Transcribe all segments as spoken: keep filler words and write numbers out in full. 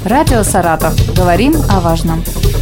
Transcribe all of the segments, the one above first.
Радио Саратов. Говорим о важном.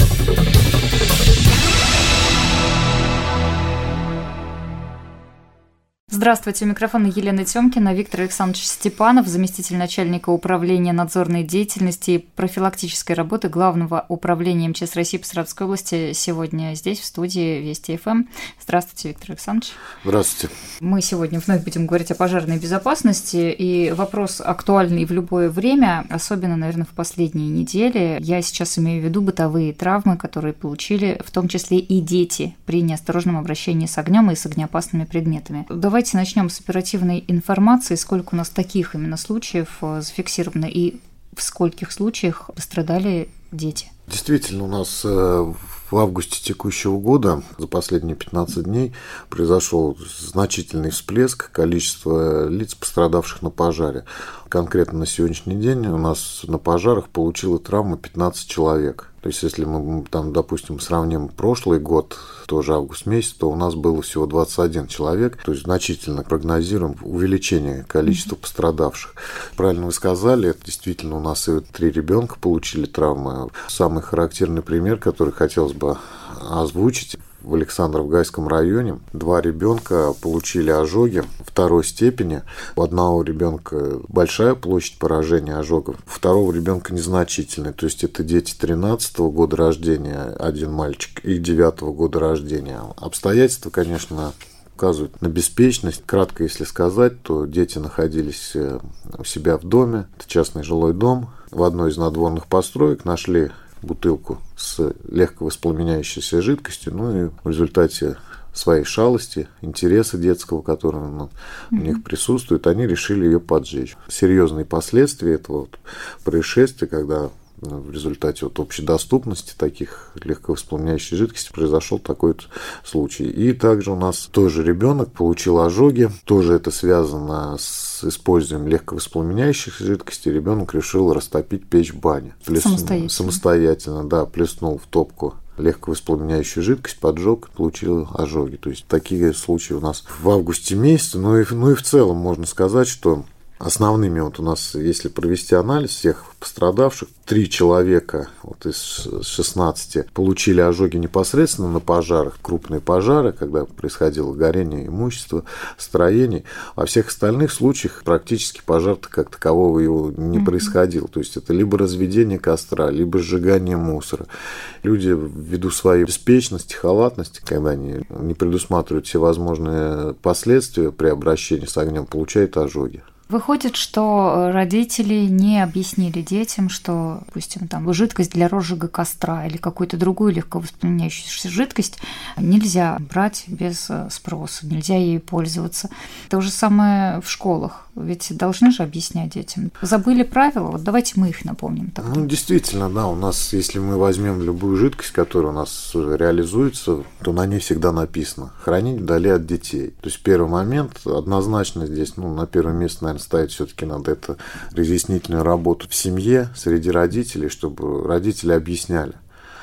Здравствуйте, у микрофона Елена Тёмкина, Виктор Александрович Степанов, заместитель начальника управления надзорной деятельности и профилактической работы Главного управления эм че эс России по Саратовской области. Сегодня здесь, в студии Вести эф эм. Здравствуйте, Виктор Александрович. Здравствуйте. Мы сегодня вновь будем говорить о пожарной безопасности, и вопрос актуальный в любое время, особенно, наверное, в последние недели. Я сейчас имею в виду бытовые травмы, которые получили в том числе и дети при неосторожном обращении с огнем и с огнеопасными предметами. Давайте начнем с оперативной информации. Сколько у нас таких именно случаев зафиксировано и в скольких случаях пострадали дети? Действительно, у нас в августе текущего года за последние пятнадцать дней произошел значительный всплеск количества лиц, пострадавших на пожаре. Конкретно на сегодняшний день у нас на пожарах получило травмы пятнадцать человек. То есть, если мы, там, допустим, сравним прошлый год, тоже август месяц, то у нас было всего двадцать один человек. То есть, значительно прогнозируем увеличение количества пострадавших. Правильно вы сказали, это действительно у нас и три ребенка получили травмы. Самый характерный пример, который хотелось бы озвучить. В Александровгайском районе два ребенка получили ожоги второй степени. У одного ребенка большая площадь поражения ожогов, у второго ребенка незначительная. То есть это дети тринадцатого года рождения, один мальчик, и девятого года рождения. Обстоятельства, конечно, указывают на беспечность. Кратко, если сказать, то дети находились у себя в доме. Это частный жилой дом. В одной из надворных построек нашли бутылку с легковоспламеняющейся жидкостью, ну и в результате своей шалости, интереса детского, который ну, у них присутствует, они решили ее поджечь. Серьезные последствия этого вот происшествия, когда в результате вот общедоступности таких легковоспламеняющих жидкостей произошел такой вот случай. И также у нас тоже ребенок получил ожоги. Тоже это связано с использованием легковоспламеняющих жидкостей. Ребенок решил растопить печь в бане. Плес... Самостоятельно. Самостоятельно, да, плеснул в топку легковоспламеняющую жидкость, поджег, получил ожоги. То есть такие случаи у нас в августе месяце. Ну и, ну и в целом можно сказать, что основными вот у нас, если провести анализ всех пострадавших, три человека вот из шестнадцати получили ожоги непосредственно на пожарах, крупные пожары, когда происходило горение имущества, строений. А во всех остальных случаях практически пожар-то как такового его не mm-hmm. происходил. То есть это либо разведение костра, либо сжигание мусора. Люди ввиду своей беспечности, халатности, когда они не предусматривают все возможные последствия при обращении с огнем, получают ожоги. Выходит, что родители не объяснили детям, что, допустим, там жидкость для розжига костра или какую-то другую легковоспламеняющуюся жидкость нельзя брать без спроса, нельзя ею пользоваться. То же самое в школах. Ведь должны же объяснять детям. Забыли правила, вот давайте мы их напомним. Тогда. Ну, действительно, да, у нас, если мы возьмем любую жидкость, которая у нас реализуется, то на ней всегда написано «хранить вдали от детей». То есть первый момент, однозначно здесь, ну, на первое место, наверное, ставить все-таки надо это разъяснительную работу в семье, среди родителей, чтобы родители объясняли,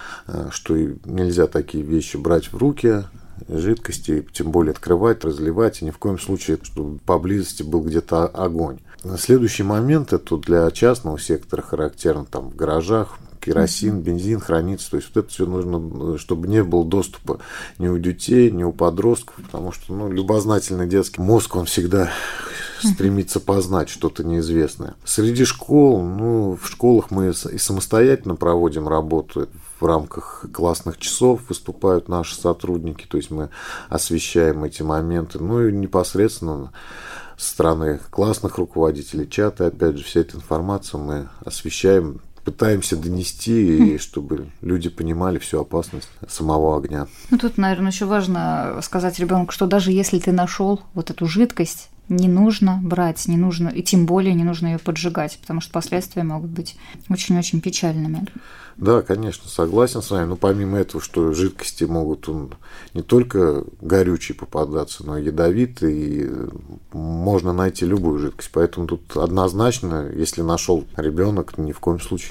что нельзя такие вещи брать в руки, жидкости, тем более открывать, разливать, и ни в коем случае, чтобы поблизости был где-то огонь. Следующий момент, это для частного сектора характерно, там в гаражах, керосин, бензин хранится, то есть вот это все нужно, чтобы не было доступа ни у детей, ни у подростков, потому что ну, любознательный детский мозг, он всегда стремится познать что-то неизвестное. Среди школ, ну, в школах мы и самостоятельно проводим работу. В рамках классных часов выступают наши сотрудники, то есть мы освещаем эти моменты, ну и непосредственно со стороны классных руководителей, чаты, опять же, вся эта информация мы освещаем, пытаемся донести, и чтобы люди понимали всю опасность самого огня. Ну тут, наверное, еще важно сказать ребенку, что даже если ты нашел вот эту жидкость, не нужно брать, не нужно, и тем более не нужно ее поджигать, потому что последствия могут быть очень-очень печальными. Да, конечно, согласен с вами. Но помимо этого, что жидкости могут не только горючие попадаться, но и ядовитые, и можно найти любую жидкость. Поэтому тут однозначно, если нашел ребенок, ни в коем случае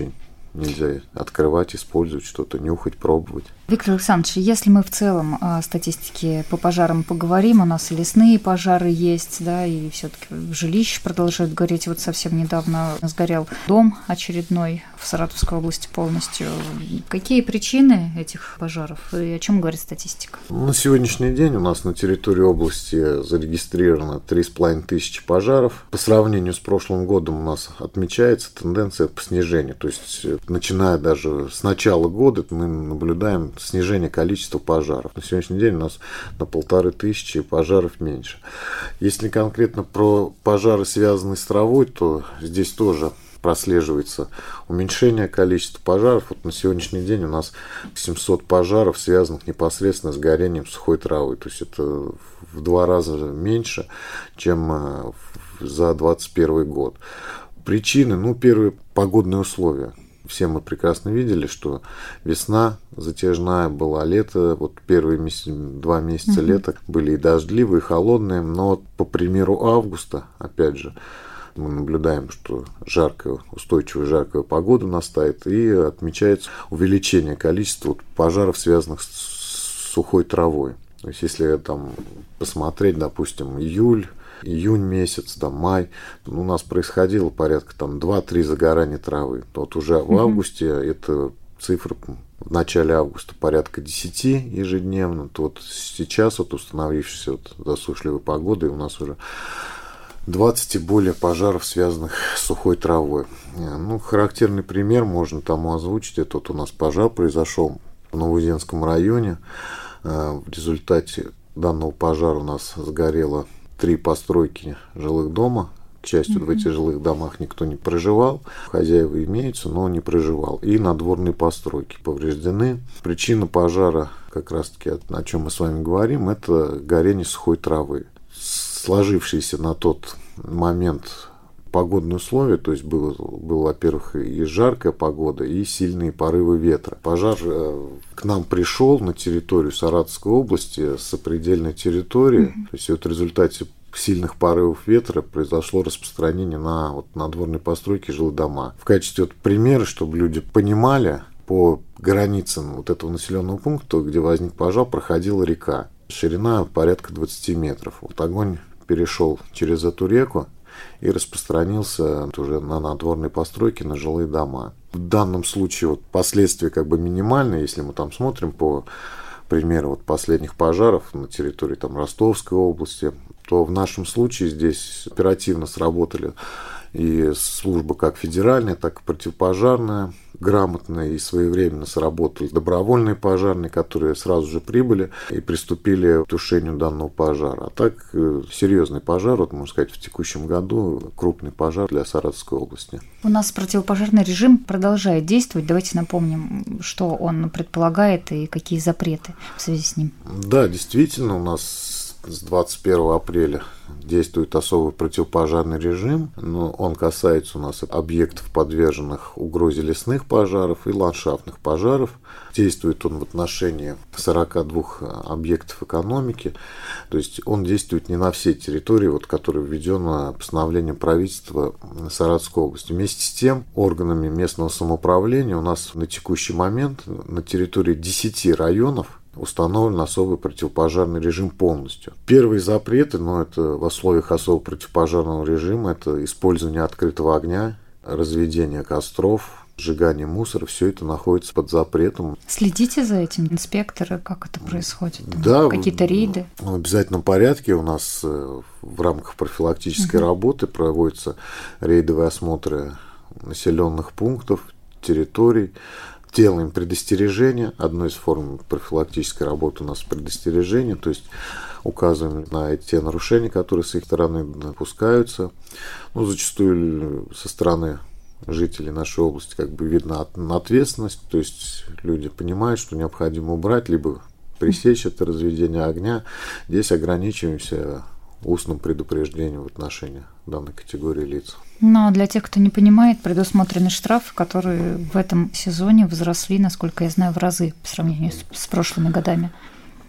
нельзя открывать, использовать что-то, нюхать, пробовать. Виктор Александрович, если мы в целом о статистике по пожарам поговорим, у нас и лесные пожары есть, да, и все-таки жилища продолжают гореть. Вот совсем недавно сгорел дом очередной в Саратовской области полностью. Какие причины этих пожаров и о чем говорит статистика? На сегодняшний день у нас на территории области зарегистрировано три с половиной тысячи пожаров. По сравнению с прошлым годом у нас отмечается тенденция по снижению. То есть, начиная даже с начала года, мы наблюдаем снижение количества пожаров. На сегодняшний день у нас на полторы тысячи пожаров меньше. Если конкретно про пожары, связанные с травой, то здесь тоже прослеживается уменьшение количества пожаров. Вот на сегодняшний день у нас семьсот пожаров, связанных непосредственно с горением сухой травы. То есть это в два раза меньше, чем за двадцать первый год. Причины, ну, первые погодные условия. Все мы прекрасно видели, что весна затяжная была, лето, вот первые месяцы, два месяца угу. лета были и дождливые, и холодные, но по примеру августа, опять же, мы наблюдаем, что жаркая, устойчивая жаркая погода настает, и отмечается увеличение количества вот пожаров, связанных с сухой травой. То есть, если там посмотреть, допустим, июль, июнь месяц, там, май, у нас происходило порядка там два-три загорания травы. Вот уже в августе это цифра в начале августа порядка десяти ежедневно. То вот сейчас вот установившейся вот засушливой погодой у нас уже двадцать и более пожаров, связанных с сухой травой. Ну, характерный пример можно тому озвучить. Это вот у нас пожар произошел в Новоузенском районе. В результате данного пожара у нас сгорело три постройки жилых дома. К счастью, mm-hmm. в этих жилых домах никто не проживал. Хозяева имеются, но не проживал. И надворные постройки повреждены. Причина пожара, как раз-таки о чем мы с вами говорим, это горение сухой травы. Сложившиеся на тот момент погодные условия, то есть было, было, во-первых, и жаркая погода, и сильные порывы ветра. Пожар к нам пришел на территорию Саратовской области с сопредельной территории, mm-hmm. то есть вот в результате сильных порывов ветра произошло распространение на вот, надворные постройки, жилые дома. В качестве вот, примера, чтобы люди понимали, по границам вот этого населенного пункта, где возник пожар, проходила река. Ширина порядка двадцать метров. Вот огонь перешел через эту реку и распространился уже на надворные постройки, на жилые дома. В данном случае вот последствия как бы минимальные, если мы там смотрим по примеру вот последних пожаров на территории там Ростовской области, то в нашем случае здесь оперативно сработали и служба как федеральная, так и противопожарная, грамотно и своевременно сработали добровольные пожарные, которые сразу же прибыли и приступили к тушению данного пожара. А так серьезный пожар, вот можно сказать, в текущем году крупный пожар для Саратовской области. У нас противопожарный режим продолжает действовать. Давайте напомним, что он предполагает и какие запреты в связи с ним. Да, действительно, у нас с двадцать первого апреля действует особый противопожарный режим, но он касается у нас объектов, подверженных угрозе лесных пожаров и ландшафтных пожаров. Действует он в отношении сорока двух объектов экономики, то есть он действует не на всей территории, вот, которая введена постановлением правительства Саратовской области. Вместе с тем, органами местного самоуправления у нас на текущий момент на территории десяти районов установлен особый противопожарный режим полностью. Первые запреты, но это в условиях особого противопожарного режима, это использование открытого огня, разведение костров, сжигание мусора, все это находится под запретом. Следите за этим, инспекторы, как это происходит? Да, какие-то рейды? В обязательном порядке у нас в рамках профилактической угу. работы проводятся рейдовые осмотры населенных пунктов, территорий. Делаем предостережение. Одной из форм профилактической работы у нас предостережение, то есть указываем на те нарушения, которые с их стороны допускаются. Ну, зачастую со стороны жителей нашей области как бы видна ответственность, то есть люди понимают, что необходимо убрать, либо пресечь это разведение огня. Здесь ограничиваемся устным предупреждением в отношении данной категории лиц. Но для тех, кто не понимает, предусмотрены штрафы, которые в этом сезоне возросли, насколько я знаю, в разы по сравнению с, с прошлыми годами.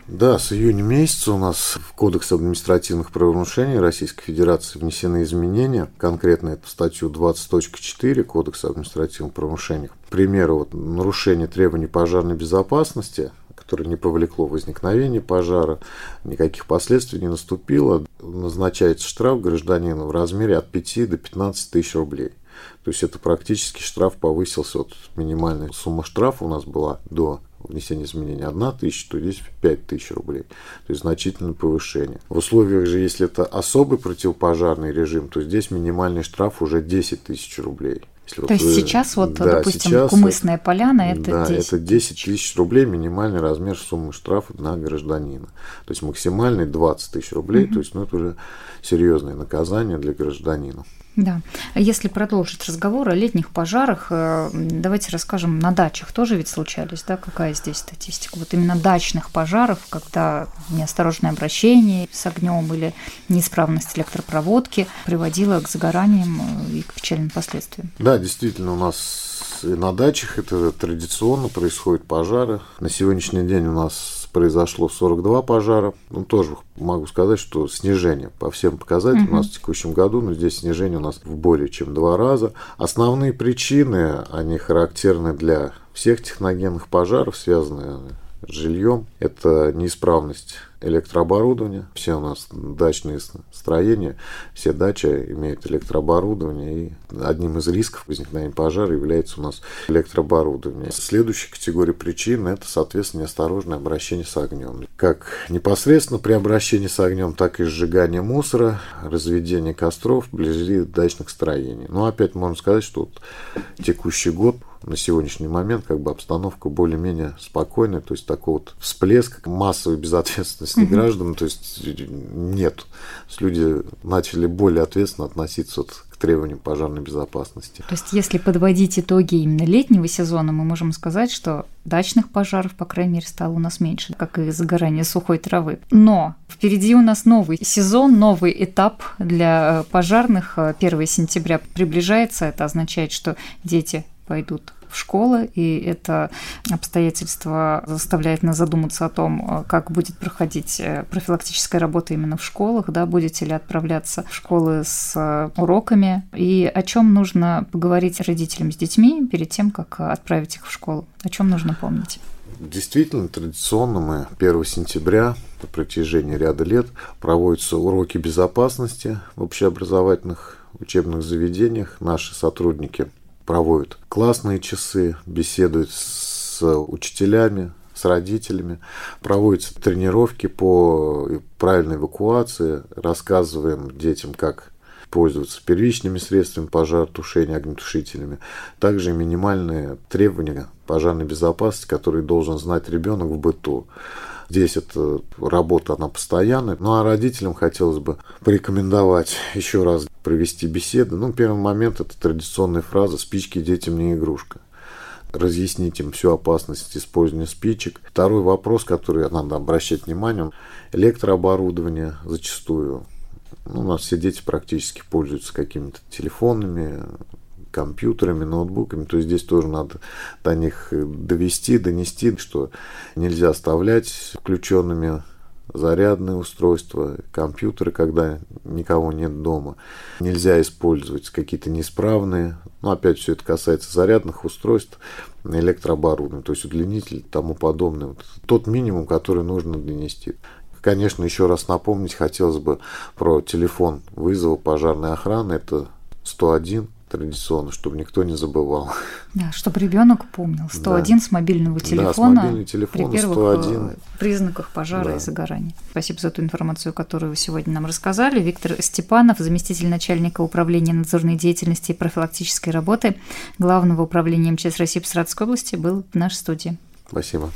Да, с июня месяца у нас в Кодекс административных правонарушений Российской Федерации внесены изменения. Конкретно это в статью двадцать точка четыре Кодекса административных правонарушений. К примеру, вот, нарушение требований пожарной безопасности, которое не повлекло возникновения пожара, никаких последствий не наступило, назначается штраф гражданину в размере от пяти до пятнадцати тысяч рублей. То есть это практически штраф повысился, от минимальной суммы штрафа у нас была до внесения изменений одна тысяча, то здесь пять тысяч рублей. То есть значительное повышение. В условиях же, если это особый противопожарный режим, то здесь минимальный штраф уже десять тысяч рублей. Если то вот, есть сейчас, вот, да, допустим, сейчас Кумысная поляна, это да, десять это десять тысяч рублей минимальный размер суммы штрафа на гражданина. То есть максимальный двадцать тысяч рублей, угу. То есть ну, это уже серьезное наказание для гражданина. Да. Если продолжить разговор о летних пожарах, давайте расскажем, на дачах тоже ведь случались, да, какая здесь статистика? Вот именно дачных пожаров, когда неосторожное обращение с огнем или неисправность электропроводки приводило к загораниям и к печальным последствиям. Да, действительно, у нас и на дачах это традиционно происходят пожары. На сегодняшний день у нас произошло сорок два пожара. Ну, тоже могу сказать, что снижение по всем показателям uh-huh. у нас в текущем году, но здесь снижение у нас в более чем два раза. Основные причины, они характерны для всех техногенных пожаров, связанные с жильем. Это неисправность электрооборудования. Все у нас дачные строения, все дачи имеют электрооборудование, и одним из рисков возникновения пожара является у нас электрооборудование. Следующая категория причин – это, соответственно, неосторожное обращение с огнем. Как непосредственно при обращении с огнем, так и сжигание мусора, разведение костров вблизи дачных строений. Но опять можно сказать, что вот текущий год, на сегодняшний момент как бы обстановка более-менее спокойная, то есть такой вот всплеск массовой безответственности угу. граждан, то есть нет. Люди начали более ответственно относиться вот к требованиям пожарной безопасности. То есть если подводить итоги именно летнего сезона, мы можем сказать, что дачных пожаров, по крайней мере, стало у нас меньше, как и загорание сухой травы. Но впереди у нас новый сезон, новый этап для пожарных. первого сентября приближается, это означает, что дети пойдут в школы, и это обстоятельство заставляет нас задуматься о том, как будет проходить профилактическая работа именно в школах, да, будете ли отправляться в школы с уроками, и о чем нужно поговорить родителям с детьми перед тем, как отправить их в школу, о чем нужно помнить. Действительно, традиционно мы первого сентября на протяжении ряда лет проводятся уроки безопасности в общеобразовательных учебных заведениях. Наши сотрудники проводят классные часы, беседуют с учителями, с родителями, проводятся тренировки по правильной эвакуации, рассказываем детям, как пользоваться первичными средствами пожаротушения, огнетушителями. Также минимальные требования пожарной безопасности, которые должен знать ребенок в быту. Здесь эта работа, она постоянная. Ну, а родителям хотелось бы порекомендовать еще раз провести беседы. Ну, первый момент – это традиционная фраза «спички детям не игрушка». Разъяснить им всю опасность использования спичек. Второй вопрос, который надо обращать внимание – электрооборудование зачастую. Ну, у нас все дети практически пользуются какими-то телефонами, компьютерами, ноутбуками, то есть здесь тоже надо до них довести, донести, что нельзя оставлять включенными зарядные устройства, компьютеры, когда никого нет дома. Нельзя использовать какие-то неисправные, но опять все это касается зарядных устройств, электрооборудования, то есть удлинитель и тому подобное. Вот тот минимум, который нужно донести. Конечно, еще раз напомнить хотелось бы про телефон вызова пожарной охраны, это сто один. Традиционно, чтобы никто не забывал. Да, чтобы ребенок помнил. сто один да. с мобильного телефона, да, с мобильного телефона при первых сто один. Признаках пожара да. и загорания. Спасибо за ту информацию, которую вы сегодня нам рассказали. Виктор Степанов, заместитель начальника управления надзорной деятельности и профилактической работы Главного управления МЧС России по Саратовской области, был в нашей студии. Спасибо.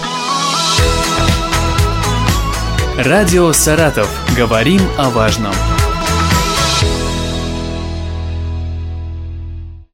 Радио «Саратов». Говорим о важном.